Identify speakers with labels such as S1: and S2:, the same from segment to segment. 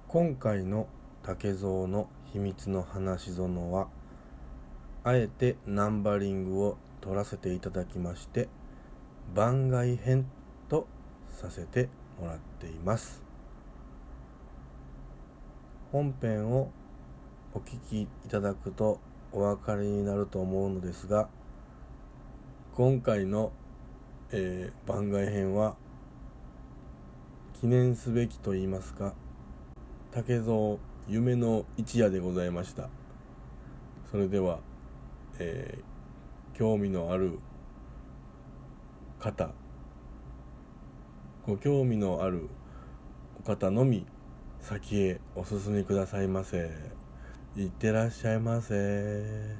S1: 今回の竹蔵の秘密の話園は、あえてナンバリングを取らせていただきまして、番外編とさせてもらっています。本編をお聞きいただくとお分かりになると思うのですが、今回の、番外編は記念すべきと言いますか、竹蔵夢の一夜でございました。それでは、興味のある方、ご興味のあるお方のみ先へお進みくださいませ。いってらっしゃいませ。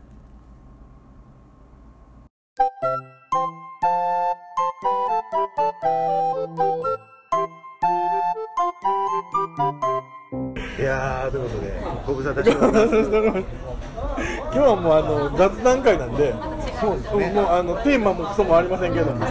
S2: いやー、ということでご無沙汰しております。
S1: 今日はもう雑談会なんで、
S2: そうですね。
S1: もうテーマもクソもありませんけども、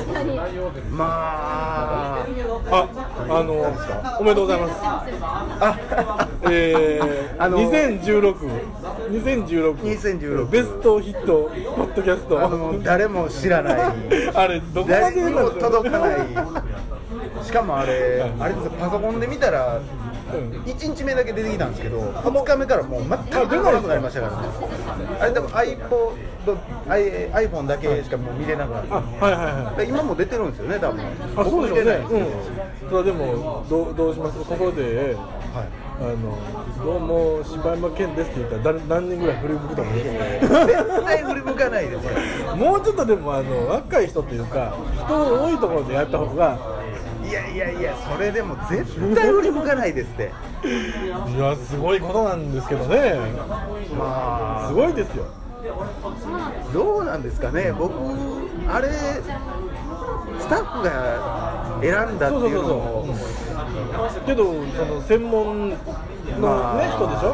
S2: まあ、
S1: 何ですか、おめでとうございます。2016ベストヒットポッドキャスト、
S2: 誰も知らない
S1: あれどこま
S2: 誰にも
S1: でなんですか。
S2: 届かない。しかもあれですよ、パソコンで見たら1日目だけ出てきたんですけど、2日目からもう全く出なくなりましたからね。あれ多分 iPhone だけしかもう見れなくなって、今も出てるんですよね、多分。
S1: そうでしょうね。それでもどうします。ここで、どうも柴山健ですって言ったら何人ぐらい振り向くと思うんですよ。
S2: 絶対振り向かないですよ。
S1: もうちょっとでも若い人っていうか、人多いところでやった方が。
S2: いや、それでも絶対振り向かないですって。
S1: いや、すごいことなんですけどね。
S2: まあ
S1: すごいですよ。
S2: どうなんですかね。僕あれスタッフが選んだっていうのも
S1: けど、その専門の、人でしょ。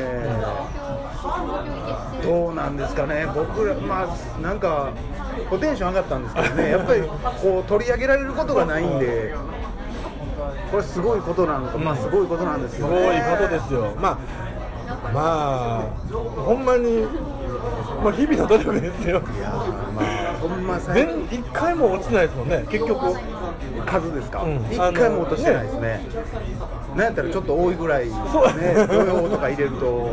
S2: どうなんですかね。僕らなんかテンション上がったんですけどね。やっぱりこう取り上げられることがないんで、これすごいことなのか、すごいことなんですよね。
S1: すごいことですよ。ほんまに、日々の努力ですよ。
S2: いやほんま
S1: 1回も落ちてないですもんね、結局。
S2: 数ですか。1回も落としてないですね。なんやったらちょっと多いぐらいね、土曜とか入れると。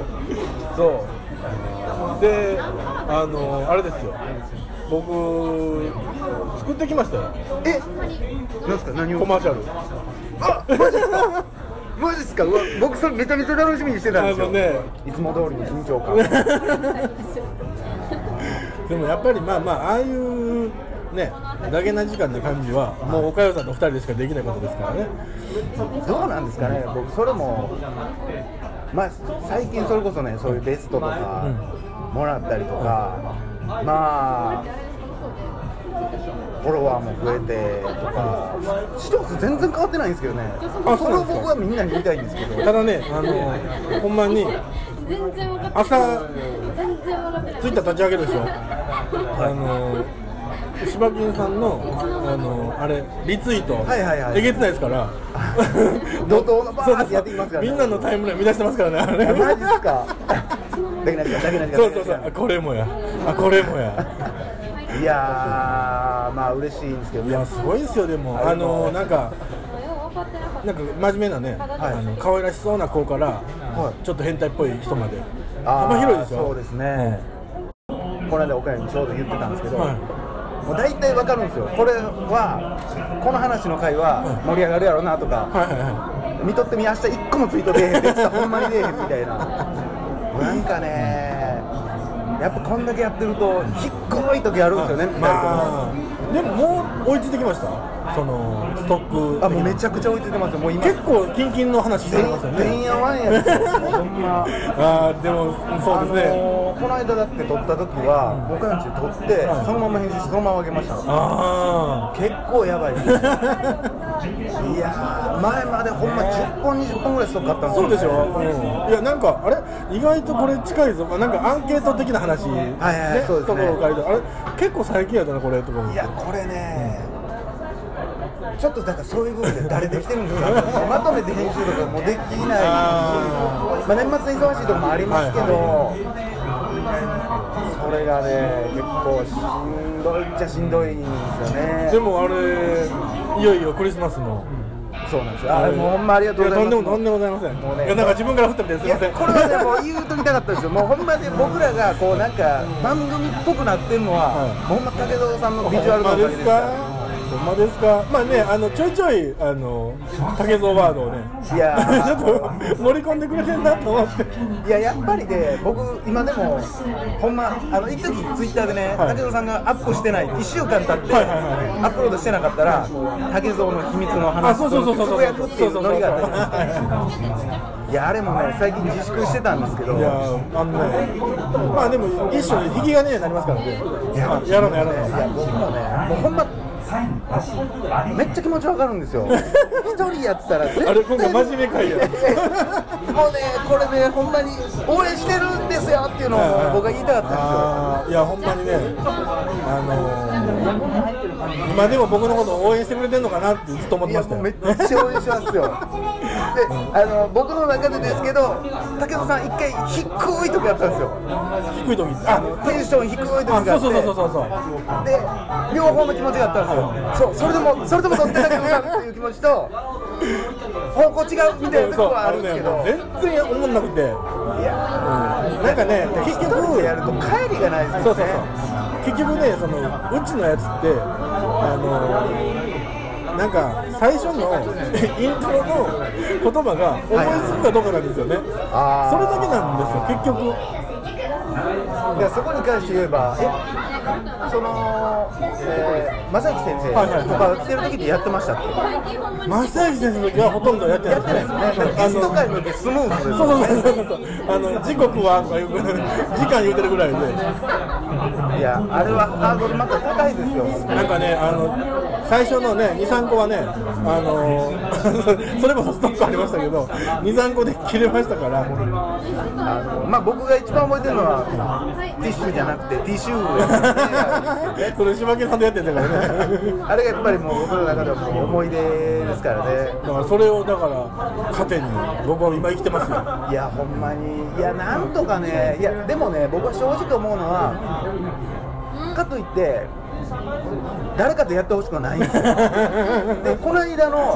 S1: そうで、あれですよ、僕作ってきましたよ。
S2: なんすか。何を。
S1: コマーシャル。
S2: マジっすか。マジっすか。僕それめちゃめちゃ楽しみにしてたんですよ。いつも通りの緊張感。
S1: でもやっぱりああいうね、ダゲな時間って感じはもう岡代さんと2人でしかできないことですからね。
S2: どうなんですかね。僕それも最近それこそね、そういうベストとかもらったりとか、フォロワーも増えてとか、視聴数全然変わってないんですけどね。それを僕はみんなに言いたいんですけど。
S1: ただね、ほんまに朝ツイッター立ち上げるでしょ。柴金さんのあれリツイート、えげつないですから。
S2: 怒涛のバーってやってきますからね。
S1: みんなのタイムライン乱してますからね、あれ。
S2: マジっすか。
S1: そうこれもや。
S2: いやー、嬉しいんですけどね。
S1: いや、すごいですよ。でもなんか真面目なね、可愛らしそうな子から、ちょっと変態っぽい人まで幅広いでしょ。
S2: そうですね。この間岡山にちょうど言ってたんですけど、もう大体わかるんですよ。この話の回は盛り上がるやろうなとか、見とってみ、明日1個もツイート出えへんってほんまに出えへんみたいな。なんかね、やっぱこんだけやってると低い時あるんですよね。
S1: でももう追いついてきました。そのストック。
S2: もうめちゃくちゃ追いついてますよ。もう今
S1: 結構キンキンの話してますよね。
S2: てんやわんやですよ。ほんま。
S1: でもそうですね。
S2: この間だって撮った時は僕たち撮ってそのまま編集してそのまま上げました。結構やばいです。いやー、前までほんま10本20本ぐらいストックあったんですよ。
S1: そうでしょ。いや、なんかあれ意外とこれ近いぞ。なんかアンケート的な話ね、ところを書いて、あれ結構最近やったなこれとか。
S2: いや、これね、 ちょっとだからそういう部分で慣れてきてるんですよまとめて編集とかもできないし、まあ、年末に忙しいところもありますけど、それがね結構しんどいっちゃしんどいんですよね。
S1: でもあれいよいよクリスマスの
S2: そうなんですよ。もうほんまありがとうございます。
S1: とんでもございません。
S2: もうね、
S1: いやなんか自分から振ったみたいですいません。
S2: これはねもう言うときたかったですよ。もうほんまで僕らがこうなんか番組っぽくなってるのは、ほんま武田さんのビジュアルのおかげですから。
S1: ほんまですか。まあね、ちょいちょい竹蔵ワードをね、
S2: いや
S1: ちょっと盛り込んでくれてんなと思って。
S2: いややっぱりね、僕今でもほんま一時ツイッターでね、竹蔵さんがアップしてない1週間経ってアップロードしてなかったら竹蔵の秘密の話をつぶやくっていうノリがあったじゃないですか。いやあれもね最近自粛してたんですけど、
S1: いやまあでも一種引き金になりますからね。やらない。
S2: いや僕もねもうほんまめっちゃ気持ちわかるんですよ一人やったら絶対
S1: あれ今回真面目かいやもう
S2: ねこれねほんまに応援してるんですよっていうのを僕が言いたかったんですよ。
S1: いやほんまにね今でも僕のことを応援してくれてるのかなってずっと思ってましたよ。
S2: めっちゃ応援しますよで僕の中でですけど武田さん一回低い時やったんですよ。
S1: 低い時
S2: テンション低い時があって
S1: そう
S2: で両方の気持ちがあったんですよ。それでも取ってたけどなっていう気持ちと方向違うみたいなところはあるんですけど、
S1: 全然思んなくて、い
S2: や
S1: なんかね
S2: 結局やると帰りがないですよね。
S1: 結局ねうちのやつってなんか最初のイントロの言葉が思いつくかどうかなんですよね。それだけなんですよ結局。
S2: いやそこに関して言えば正行先生とか来てる時にやってましたっけ？
S1: 正行先生の時はほとんどやってないですね。
S2: ゲスト会の時スムーズです
S1: よね。時刻はとか時間言うてるぐらいで。
S2: いやあれはハードルまた高いですよ。
S1: なんかね最初のね 2,3 個はねそれこそストックありましたけど 2,3 個で切れましたから。
S2: まあ僕が一番覚えてるのはティッシュじゃなくてティッシュ
S1: それ柴犬さんとやってんだからね
S2: あれがやっぱりもう僕の中ではもう思い出ですからね。
S1: だからそれをだから糧に僕は今生きてますよ。
S2: いやほんまにいやなんとかねいやでもね僕は正直思うのはかといって誰かとやってほしくはないんですよでこの間の、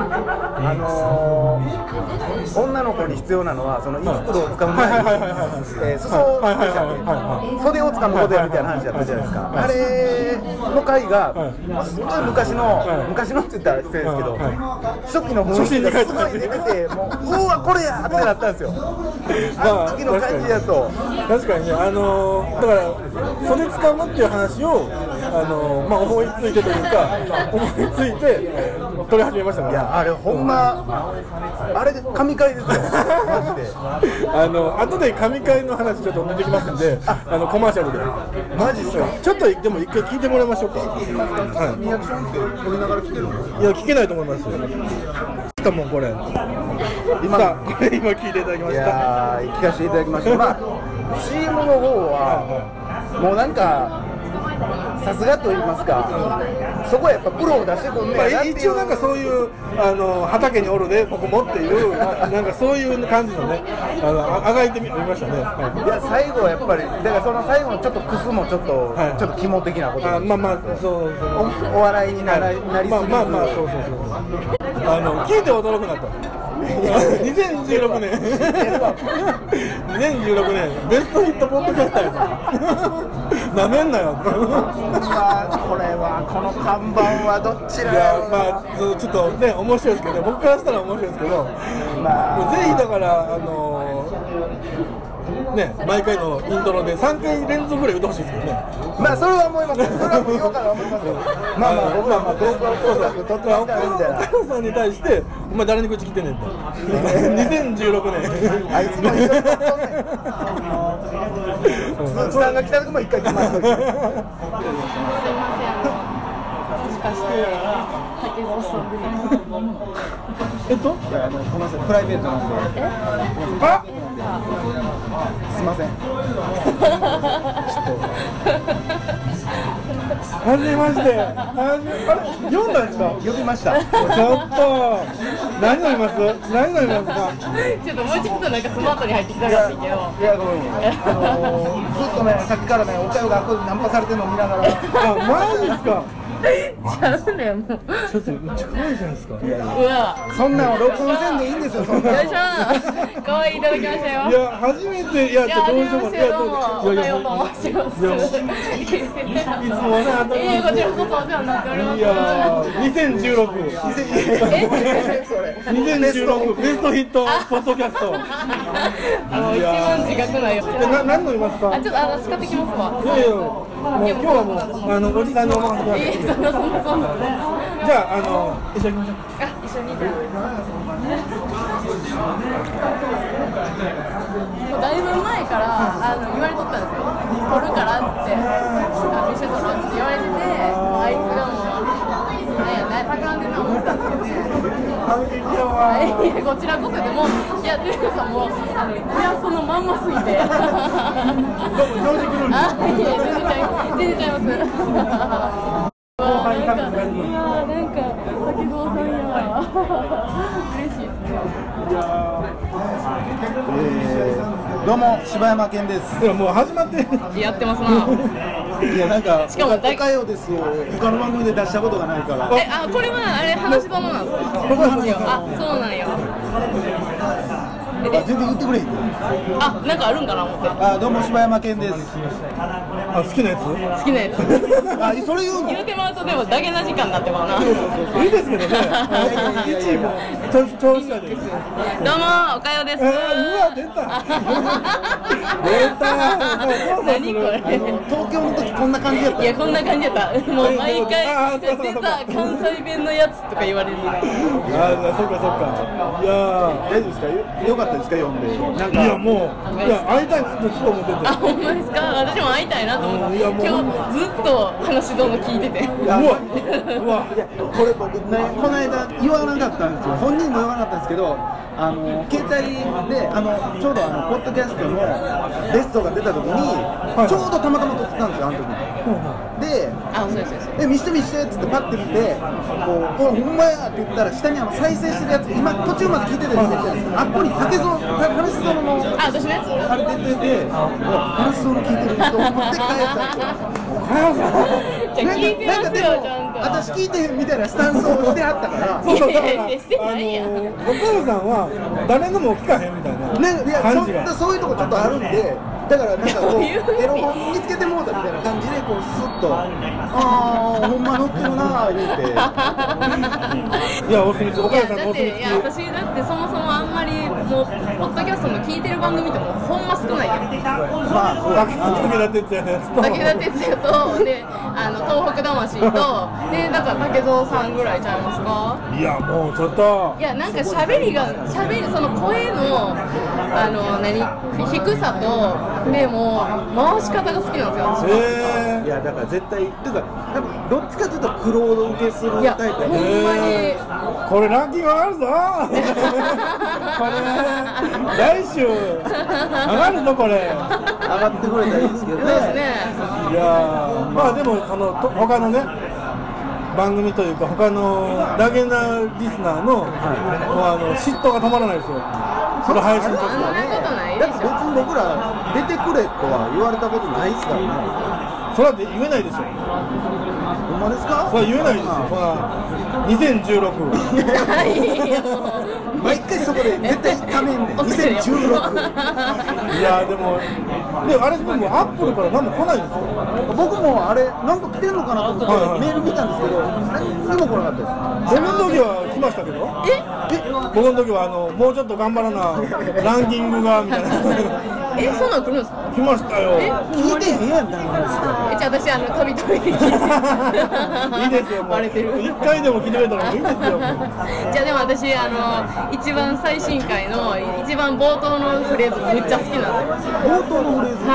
S2: 女の子に必要なのはその胃袋をつかむ前に裾袖をつかむことやみたいな話やったじゃないですか。あれの回がすごい昔のって言ったら失礼ですけど初期の雰囲気がすごい出ててもううわこれやってなったんですよあの時の感じだと。
S1: 確かにねだから袖つかむっていう話をまあ思いついてというか思いついて撮り始めましたから。
S2: いやあれほんまあれ神回ですよマジで
S1: 後で神回の話ちょっと出てきますんでコマーシャルで
S2: マジですか。
S1: ちょっとでも一回聞いてもらいましょうか。
S2: リアクションって撮りながら聞けるんですか？
S1: いや聞けないと思いますよ。しかもこれ今聞いていただきました。
S2: いや聞かせていただきました。まあ CM の方はもうなんかさすがと言いますかそこはやっぱプロを出してくんねやなっていう、
S1: 一応なんかそういう畑におるでここもっていうなんかそういう感じのねあがいてみましたね。
S2: いや最後はやっぱりだからその最後のちょっとクスもちょっと肝的なこと
S1: まあそう
S2: お笑いになりすぎず
S1: まあそう聞いて驚くなと2016年ベストヒットポッドキャスターやなめんなよ
S2: これはこの看板はどちらやろうな。
S1: まあちょっとね面白いですけど僕からしたら面白いですけど、ぜひだからね毎回のイントロで3回連続ぐらい言ってほしいですけどね。
S2: まあそれは思います。それは言おうかな思いますよ。まあ僕は動画を撮ってますからみたいな。
S1: 岡野さんに対してお前誰に口聞いてんねんと2016年
S2: あいつも一緒に撮っとんねん鈴木さんが来た時も一回来ますとき
S3: もしかして竹蔵さんで
S2: いやごめんなさいプライベートなんですいませんちょっと
S1: はじめまして。あれ読んだんですか？
S2: 読みました。
S1: ちょっと何飲みます？何飲みますか？
S3: ちょっともうちょっとなんかスマートに入ってきたかったけど。
S2: いやごめん。ずっとねさっきからねおかゆがここでナンパされてるのを見ながら。
S1: あ、マジですか？
S3: ちゃうねんもう。
S1: ちょっとめっちゃ可愛いじゃないですか。
S3: うわ。
S2: そんなの録音せんでいいんですよ。そんなの。
S3: よいしょ。可愛いいただきましたよ。
S1: いや初めていやちょっとどうしようもない。
S3: どうもおはようと申します。
S1: いつもねあと
S3: こちらこそお世話になっております。
S1: いや2016ベストヒットポッドキャスト。
S3: 一番自覚ないよ。
S1: 何飲みますか？
S3: あ、ちょっと使ってきますわ。
S1: いやいやもう今日はもうおじさんにお任せください。
S3: そんな。
S1: じゃあ一緒に行きましょう。
S3: あ、一緒に。もうだいぶ前から言われとったんですよ。撮るからって一緒に撮ろうって言われてて、あいつがもうなんやね、たくらんでんな思ったんですけどね。こちらこそでもいやていうかもういやそのまんますぎて。あ、いや全然ちゃいます。なんか竹蔵さんや嬉しいですね。
S2: どうも柴山健です。
S1: いやもう始まって
S3: やってますな。
S2: いやなんか
S3: しかも
S2: おかよですを他の番組で出したことがないから。
S3: これはあれ話し友なんですか？あ、そうなんよ。
S2: 全然言ってくれへん。
S3: あ、なんかあるんかな思って。
S2: あ、どうも柴山健です。
S1: 好きなやつ？
S3: 好きなやつ。
S2: あ、それ言うの？
S3: 言うてまうとでもダゲな時間になってまうな。
S1: いいですけどね。1位も調子がです。
S3: どうもおかよです。
S1: うわ出た。
S3: 何これ？
S2: 東京の時こんな感じやった。
S3: いやこんな感じやった。もう毎回出た関西弁のやつとか言われる。
S1: あ、そっかそっか。いや
S2: 大丈夫ですか？よかったですか読んで。なんか
S1: いやもう会いたいなとずっと思ってて。
S3: あ、ほんまですか？私も会いたいなと思って。今日ずっと話どうも聞いてて。
S1: うわ
S2: いやこれ僕ねこの間言わなかったんですよ。本人も言わなかったんですけど、携帯でちょうどポッドキャストのベストが出た時に、ちょうどたまたま撮ってたんですよあの時に。で、見して見してっつってパッて見て、こうほんまやって言ったら下に再生してるやつ今途中まで聞いてるんですけど、あっこに竹蔵話し園の
S3: 私のやつ
S2: あれ出てて、話し園聞いてる人思って帰ったんですよ。
S3: じゃあ聞いてますよちゃんと。
S2: 私聞いてへんみたいなスタンスをしてはったから。
S1: そうだから
S3: してないやん。
S1: お母さんは誰のも聞かへんみたいな感じが。
S2: そういうとこちょっとあるんで、だからなんかこうエロ本見つけてもうたみたいな感じでこうスッとああほんま乗ってるなー言うて。
S1: いやお墨付きお母さんのお墨付き。
S3: いや私だってそもそもあんまりもうポッドキャストの聞いてる番組ってもうほんま少ないやん。
S2: まあそうだ。
S1: 武田鉄矢のやつと。
S3: 武田鉄矢とで東北魂とでだから竹蔵さんぐらいちゃいますか？
S1: いやもうちょっと。
S3: いやなんか喋りその声の低さとでも回し方が好きなんですよ私は。
S2: いやだから絶対っていうかどっちかというとクロード受けするタイプや
S3: ほんまに
S1: これランキング上がるぞこれ来週上がるぞこれ
S2: 上がってくれたらいいですけどね。
S3: そうですね。
S1: いやまあでも他のね番組というか他のダゲなリスナーの、嫉妬が止まらないですよ。それ配信とか
S3: そんなことないでしょ。
S2: だって別に僕ら出てくれとは言われたことないですからね。
S1: それは言えないでしょ。
S2: ほんまですか？
S1: それは言えないですよ。そんな2016
S2: 毎回そこで絶対ためんで2016。
S1: いやでもあれでもアップルから何も来ないんですよ。
S2: 僕もあれなんか来てんのかなと思ってメール見たんですけど何も来なかったです。
S1: 僕の時は来ましたけど。僕の時はもうちょっと頑張らなランキングがみたいな。
S3: そんなん来るんですか？
S1: 来ましたよ。
S2: 聞いてへんやんみたいな話
S3: じゃあ私飛び飛びで聞いて
S1: いいですよもう。
S3: バレてる。
S1: 1回でも聞いてくれたらいいですよ。
S3: じゃあでも私一番最新回の一番冒頭のフレーズめっちゃ好きなんですよ。
S2: 冒頭のフレーズ。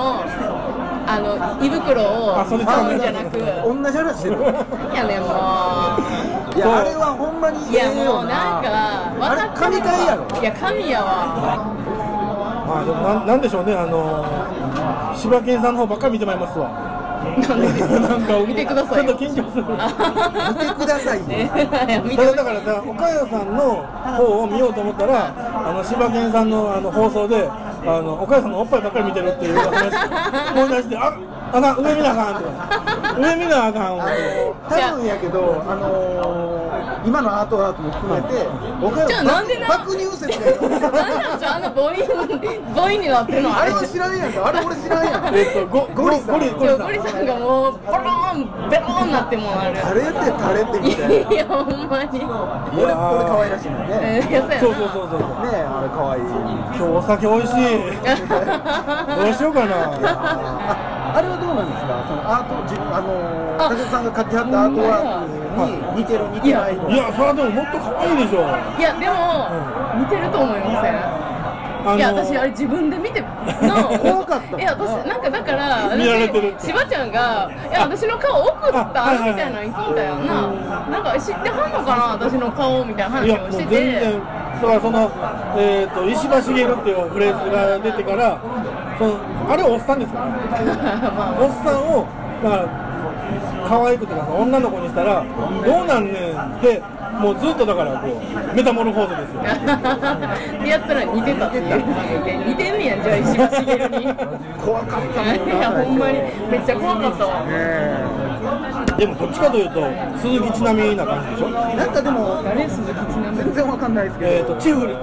S3: はい胃袋を使うんじゃなく
S2: 同じ話してる。
S3: いやねもう
S2: いやあれはほんまに
S3: いやもうなんか
S2: あれ神回やろ。
S3: いや神やわ。
S1: まあでもなんでしょうね柴犬さんの方ばっかり見てまいりますわ。
S3: なんでですか。
S1: なんか
S3: 見てくださいよ。
S1: ちょっと緊張する。
S2: 見てくださいよ。
S3: 見て
S1: ただだからさ、岡谷さんの方を見ようと思ったら、柴犬さんの放送で、岡谷さんのおっぱいばっかり見てるっていう話思い出して、あかん、上見なあかんって。上見なあかんわ。
S2: 多分やけど、今のアートワークも含めて、岡
S3: じゃあなんでな
S2: 爆乳説やよ。
S3: なんなんじゃあ母音になってんの
S2: あれは知らんやんか。あれ俺知らんやん。
S1: ゴリさん。
S3: ゴリさんがもうボローンベローンなってもうある。
S2: タレってタレってみたいな。
S3: いやほんまに。
S2: 俺可愛らしいもんね。
S3: いやそうやな。
S1: そう。
S2: ねえ、あれ可愛い。
S1: 今日お酒美味しい。どうしようかな。
S2: あれはどうなんですか。そのアート、武田さんが書きはったアートワークに似てる似てないの。
S1: いや、それはでももっと可愛いでしょ。
S3: いやでも似てると思いません。いや私あれ自分で見て
S2: 怖かった。
S3: いや私なんかだから
S1: 見られてる。
S3: しばちゃんがいや私の顔送ったみたいなの聞いたよな。なんか知ってはんのかな私の顔みたいな話をしてて。
S1: いやもう全然だからその石破茂っていうフレーズが出てからあれおっさんですからおっさんをだから可愛くてかさ女の子にしたらどうなんねんってもうずっとだからこうメタモルフォーゼですよ
S3: でやったら似てたっていう似てんねやんじゃあ石破茂に
S2: 怖かったもんな。
S3: いやほんまにめっちゃ怖かったわ。
S1: でもどっちかというと鈴木ちなみな感じでしょ。
S2: なんかでも
S3: 誰鈴木ちなみ
S2: 全然わかんないですけど。
S1: チフル、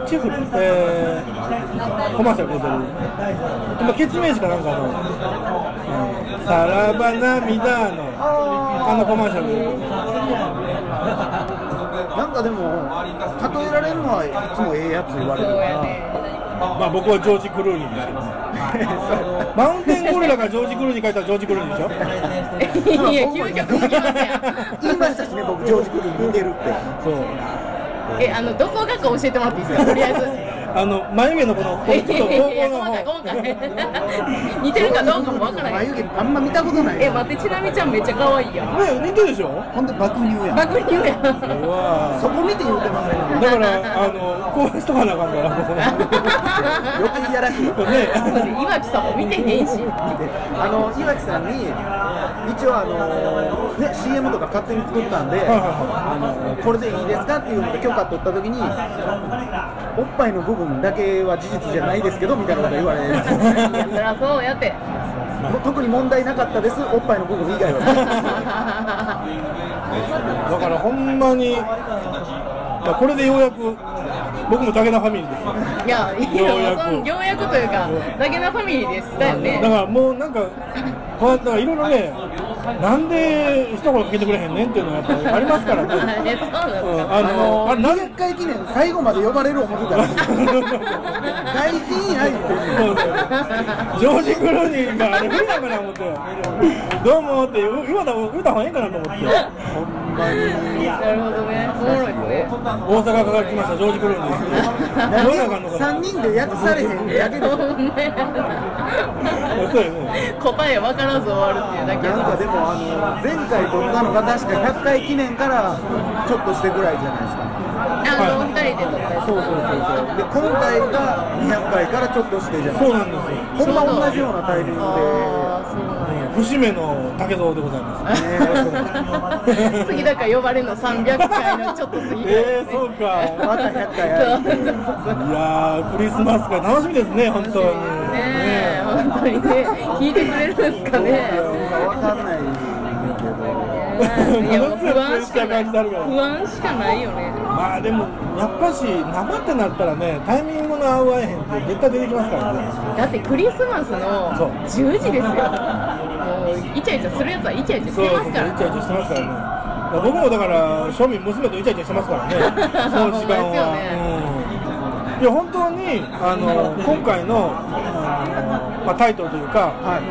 S1: コマーシャル出てる今決命詞かなんかのさらば涙のコマーシャル
S2: なんかでも例えられるのはいつもええやつ言われるから。
S1: まあ僕はジョージ・クルーニーですけどマウンテンゴリラがジョージ・クルーニー書いたらジョージ・クルーニーでしょ。
S3: いや究極すぎますやん。
S2: 言いましたしね、僕ジョージ・クルーニー似てるって。
S1: そう
S3: どこがか教えてもらっていいですかとりあえず。
S1: 眉毛のこの
S3: いや今回似てるかどうかもわからない。
S2: 眉毛あんま見たことない。
S3: 待ってちなみちゃんめっちゃ可愛いやん。
S1: ね似てるでしょ。
S2: ほんで爆乳やん。
S3: 爆乳やん。
S1: うわ
S2: そこ見て言うてますね。
S1: だからこうしとかなあかんから
S2: 余計いやらしいわ。
S1: ね
S3: 岩城さんも見てへんし。
S2: 岩城さんに一応ね CM とか勝手に作ったんで、これでいいですかっていうので許可取った時におっぱいの部分だけは事実じゃないですけどみたいなこと言われる。
S3: いやそりゃそうやって
S2: 特に問題なかったです、おっぱいの部分以外は。
S1: だからほんまにこれでようやく僕も武田ファミリーですよ。
S3: いやようやくというかだけなファミリーでしたよね。
S1: だからもうなんかだからいろいろねなんで一言かけてくれへんねんっていうのがやっぱりありますからね。
S3: そうなんですか。
S2: 20回記念最後まで呼ばれる思ってたら大事にないって
S1: ジョージ・クルーニーがあれ無理だから思ってどうもって言うた方がいいかなと思って。
S2: ほんまに
S3: なるほどね。おもろいですね。
S1: 大阪から来ましたジョージ・クルーニーです。
S2: 3人で訳されへんやけど
S1: そうよね。
S3: 答え分からず終わるっていうだけ。
S2: なんかでも前回撮ったのが確か100回記念からちょっとしてぐらいじゃないですか。
S3: 2人で撮ったやつ。
S2: そうで今回が200回からちょっとしてじゃない。
S1: そうなんですよ。
S2: ほんま同じようなタイミングで
S1: 節目の竹蔵でございます。
S3: 次だから呼ばれるの300回のちょっと過ぎて。
S1: そうか。
S2: また100回やる。
S1: いやークリスマスが楽しみですね本当に。
S3: ね本当にね聞いてくれるんですかね。
S2: わかんないけど。
S3: いやもう不安しかないよね。
S1: まあでもやっぱし生ってなったらねタイミングの合う合えへんって絶対出てきますからね。
S3: だってクリスマスの10時ですよ。もうイチャイチャするやつはイチャイチャしてますから。
S1: イチャイチャしてますからね。僕もだから庶民娘とイチャイチャしてますからねその時間は。いや本当に今回のタイトルというか、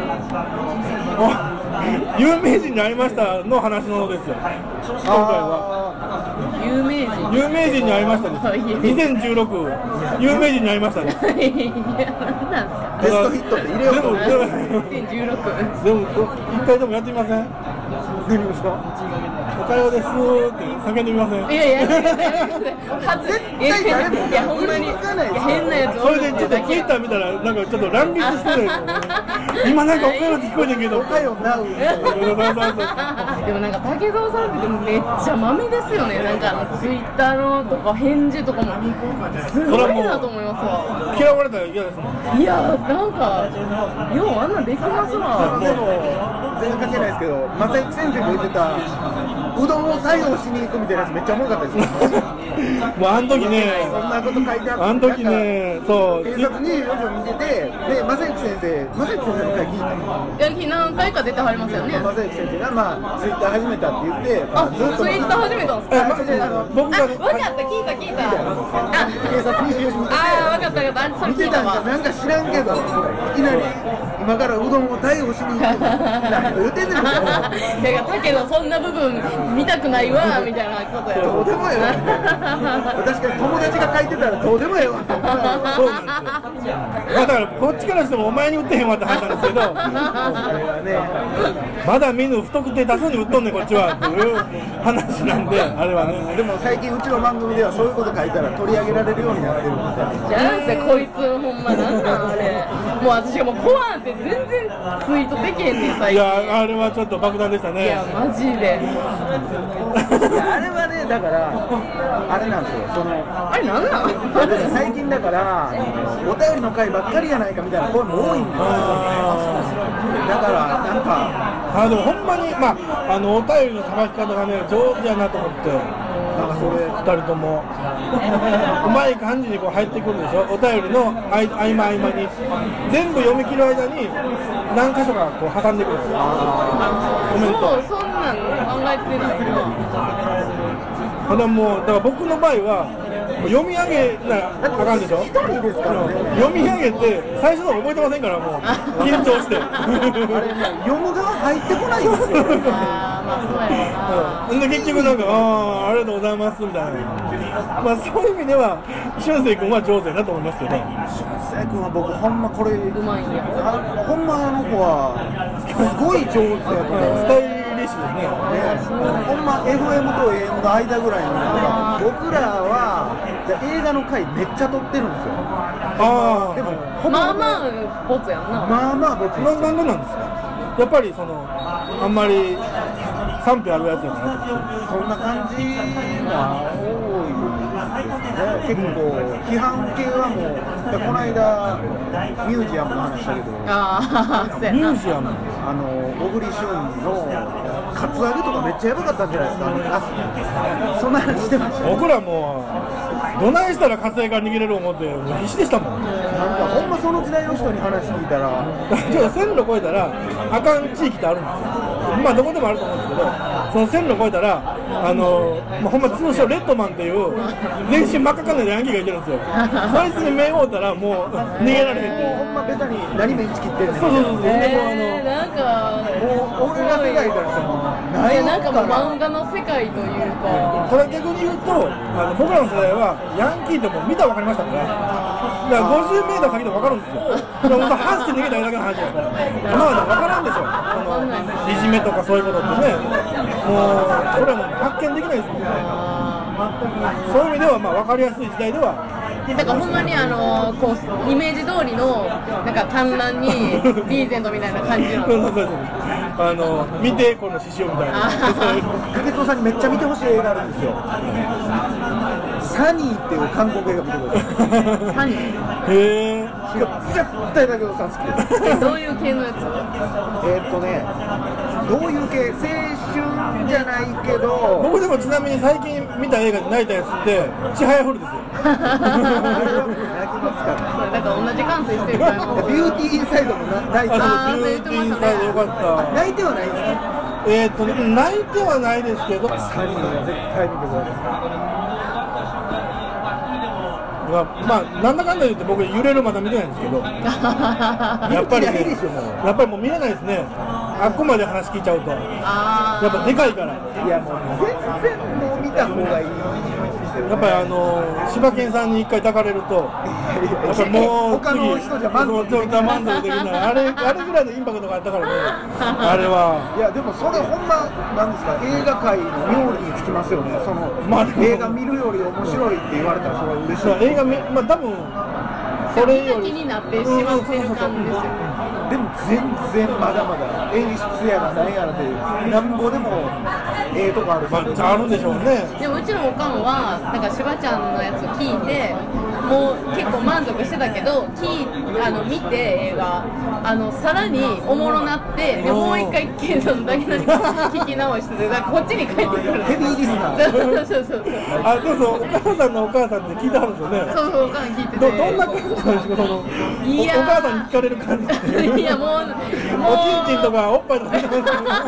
S1: 有名人になりましたの話のですよ今回は。
S3: 有名
S1: 人に会いましたです。2016有名人に会いましたです。
S3: いや何なんですか。
S2: ベストヒットって入れようと思って。
S3: 2016
S1: でも一回でもやってみません？
S2: 何ですか？
S1: おかよですって叫んでみません？
S3: いや絶対誰も
S2: いやほんまに
S3: 変なやつ。
S1: それでちょっょっとツイッター見たらなんかちょっと乱立してるよ今なんかおかよって聞こえてんけど
S2: おかよなう
S3: でもなんか竹澤さんってでもめっちゃ豆ですよね。なんかツイッターのとか返事とかもすごいなと思いますわ。
S1: 嫌われたら嫌ですもん。
S3: いやなんかようあんなんできますわ。
S2: でも全然関係ないですけど、正行先生が言ってたうどんを逮捕しに行くみたいなやつめっちゃおもろかったですよ
S1: もうあの時ね、
S2: そんなこと書いてあって、
S1: あの時ね、そう
S2: 警察24条見てて、で正行先生の回聞いた
S3: いや何回か出てはりますよね。
S2: 正行先生がまあツイッター始めたって言って、
S3: あ、
S2: ずっと
S3: ツイッター始めたんですか。
S1: 僕がね、
S3: 分かった、聞いた。
S2: 警察24時見てて、
S3: あ、分かった。それ
S2: 見てたんか
S3: 聞いたわ。
S2: なんか知らんけど、いきなり今からうどんを逮捕しに行く何言ってんねんみたいな。
S3: だから竹のそんな部分見たくないわみたいなことや。
S2: どうでもええわ確かに友達が書いてたらどうでもええわ
S1: そうなんですよ。まあだからこっちからしてもお前に売ってへんわって話なんですけど、まだ見ぬ不特定多数に売っとんねんこっちはっていう話なんで、あれはね。
S2: でも最近うちの番組ではそういうこと書いたら取り上げられるようになってるみたいな。
S3: じゃあね、こいつほんまなんなんあれ。もう私がもうコアンって全然ツイートできへんねん最
S1: い
S3: 近。
S1: やあれはちょっと爆弾でしたね。
S3: いやマジで。
S2: いやあれはね、だからあれなんですよ、その
S3: あれなんなん。
S2: 最近だからお便りの回ばっかりやないかみたいな声も多いんですよ。だからなんか
S1: でもほんまにまあお便りのさばき方がね上手やなと思って、
S2: なんかそれ
S1: 2人ともうまい感じにこう入ってくるでしょ。お便りの合間に全部読み切る間に何箇所かこう挟んでくるんですよ。コメント。
S3: そんなん考えてない
S1: ただもうだから僕の場合は読み上げなあかんでしょ。
S2: 一人ですからね。
S1: 読み上げて最初の覚えてませんからもう緊張して
S2: あれね、読む側入ってこないんですよ。
S3: まあそうやろな。
S1: で結局なんかありがとうございますみたいな。まあそういう意味では俊生君は上手やなと思いますけど。
S2: 俊生君は僕ほんまこれ
S3: うまいんや。
S2: ほんまあの子はすごい上手やと思う。
S1: スタイリッシュですね。
S2: ほんま FM と AM の間ぐらいの僕らは映画の回めっちゃ撮ってるんですよ。でも
S3: まあまあボツやんな。
S2: まあまあボツ。
S1: なんでなんですか。やっぱりそのあんまり賛否あるやつやからとか
S2: そんな感じが多いですね。結構批判系はもうこの間ミュージアムの話したけど、
S1: ミュージアム
S2: 小栗旬のカツアゲとかめっちゃやばかったんじゃないですか。そんな話してました。
S1: 僕らもどないしたら活躍から逃げれる思ってもう必死でしたもん。
S2: なんかほんまその時代の人に話聞いたら
S1: 線路越えたらあかん地域ってあるんですよ。まあどこでもあると思うんですけど、その線路越えたらほんま通称レッドマンっていう全身真っ赤なヤンキーがいてるんですよ。そいつに目を追ったらもう逃げられへんっていう。
S2: ほんまベタに何目打ち切ってんねん。
S1: そう
S3: なんか
S2: もう俺ら世代からしても
S3: なんかもう漫画の世界というか。
S1: ただ逆に言うと僕らの世代はヤンキーってもう見たら分かりましたから、だから50メーター先で分かるんですよ。だから走って逃げただけの話ですから。今まで分からんでしょ。いじめとかそういうことってね、もうそれはもう発見できないですもんね。そういう意味ではまあ分かりやすい時代では。
S3: だからほんまにこうイメージ通りのなんか観覧にリーゼントみたいな感じの。
S1: 見てこの獅子王みたいな。
S2: 影藤さんにめっちゃ見てほしい映画あるんですよ。サニーっていう韓国映画見てください。
S3: サニー。
S2: へえ。絶対影藤さん好きです。
S3: どういう系のやつ？
S2: どういう系？青春じゃないけど。
S1: 僕でもちなみに最近見た映画で泣いたやつってちはやふるですよ。
S2: 泣きますから。
S3: なんか同じ感性してるから。
S2: ビューティーインサイドも泣いてます。
S1: ビューティーインサイドよかった。
S2: 泣いてはないですか？
S1: 泣いてはないですけど。
S2: サニーは絶対見てください。
S1: まあなんだかんだ言って僕揺れるまだ見てないんですけどやっぱりもう見れないですね。あっこまで話聞いちゃうとやっぱでかいから。
S2: いやもう全然もう見た方がいい。
S1: やっぱり柴犬さんに一回抱かれるとやっぱりもう
S2: 他の人じゃ満足できない
S1: あれぐらいのインパクトがあったからねあれは。
S2: いやでもそれほんまなんですか、映画界の妙利につきますよね。その、映画見るより面白いって言われたらそれは嬉しい。
S1: 映画まあ多分
S3: ですよ。みんな気になってしまってる感じですよ。
S2: でも全然まだまだ演出やら何やらでなんぼでもええとこある。
S1: まあ、あるんでしょうね。
S3: でもうちのおかんはなんかしばちゃんのやつ聞いてもう結構満足してたけど見て映画さらにおもろなってでもう一回ケイさんだけ聞き直しててだからこっちに帰ってくる
S2: ヘビーリスナー。
S3: そうそう
S1: あ、そうそう、お母さんのお母さんって聞いてはるんですよね。
S3: そうそうおかん聞いてて
S1: どんな感じなんですか、お母さんに聞かれる感じっていう。
S3: いやもう
S1: おちんちんとかおっぱいとか言ってますけど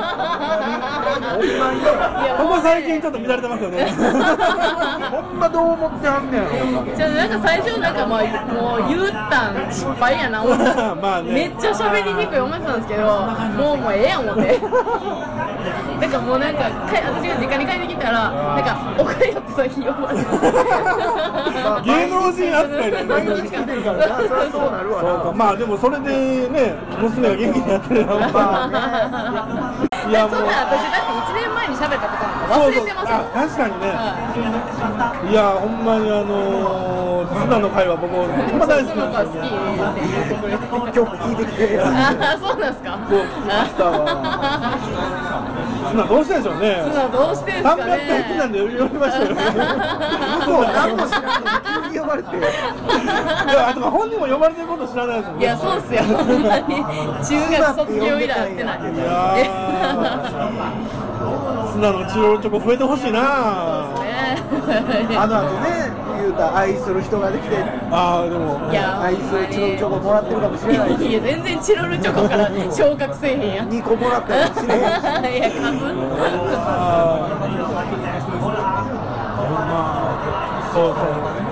S1: ここ最近ちょっと乱れてますよね。
S2: ほんまどう思ってはんねやろ。
S3: じゃあなんか最初なんかもう言ったん失敗やな思った
S1: まあね、
S3: めっちゃ喋りにくい思ってたんですけどもうええやん思ってだからもうなんか私が実家に帰ってきたらなんかおかよってさ呼ばれて
S1: 芸能人扱いで
S2: 毎日来てるからな、そりゃそうなるわな。
S1: そうか、まあでもそれでね、娘が元気になってるのは
S3: いやもうそんな私だって1年前に喋ったことなんか忘れてますよ。
S1: 確かにね、いやほんまにツナの会話僕ほんま大好きなんですよ。
S3: 好きって言ってくれて
S2: 今日も聞いてきてる。
S3: あ、そうなんですか。
S2: そう聞きましたわ。
S1: ツナどうしてんでしょうね。
S3: ツナどうしてんすかね。
S1: 300回記念で呼びましたよ。
S2: そう何も知らんのに急に呼ばれて。
S1: いや、とか本人も呼ばれてること知らないですもんね。
S3: いやそうっすよ。ほんまに中学卒業以来会ってない。
S1: いやツナのチロルチョコ増えてほしいな。
S2: あの後ね、言うた愛する人ができて、
S1: ああでも
S3: いや
S2: 愛するチロルチョコもらってるかもしれないし、
S3: いや全然チロルチョコから昇格せえへんやん。
S2: 2個もらったかもしれへんし。
S3: いや数。
S1: そうそう。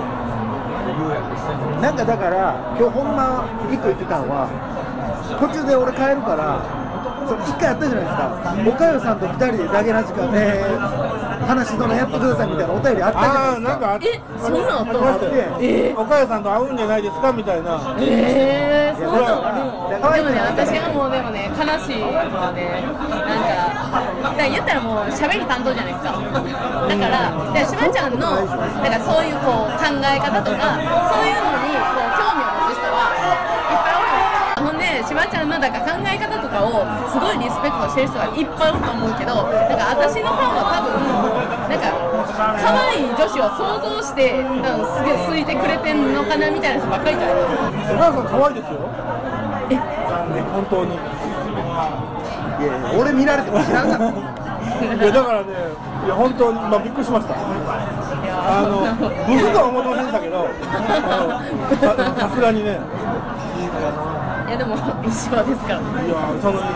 S2: なんかだから今日ほんま1個言ってたのは途中で俺帰るから1回やったじゃないですか。おかよさんと2人でだけな時間で話どのやってくださいみたいなお便りあったじゃないですか。
S3: そんなんあったの？
S1: おかよさんと会うんじゃないですかみたいな。
S3: そんなんあるの？でもね、私がもうでもね、悲しいので、なんか言ったらもう喋り担当じゃないですか。だからしばちゃんのなんかそういうこう考え方とかそういうのにこう興味を持つ人はいっぱいおる。ほんでしばちゃんのだから考え方とかをすごいリスペクトしてる人がいっぱいおると思うけど、なんか私のファンは多分なんか可愛い女子を想像してすげえ好いてくれてんのかなみたいな人ばっかりじゃないですか。
S1: お母さん可愛いですよ。本当に。
S2: いやいや俺見られても知らんかった。
S1: いやだからね、いや本当にびっくりしました。ブスとは思ってませんでしたけど、さすがにね。
S3: いやでも一緒ですからね。
S1: いやその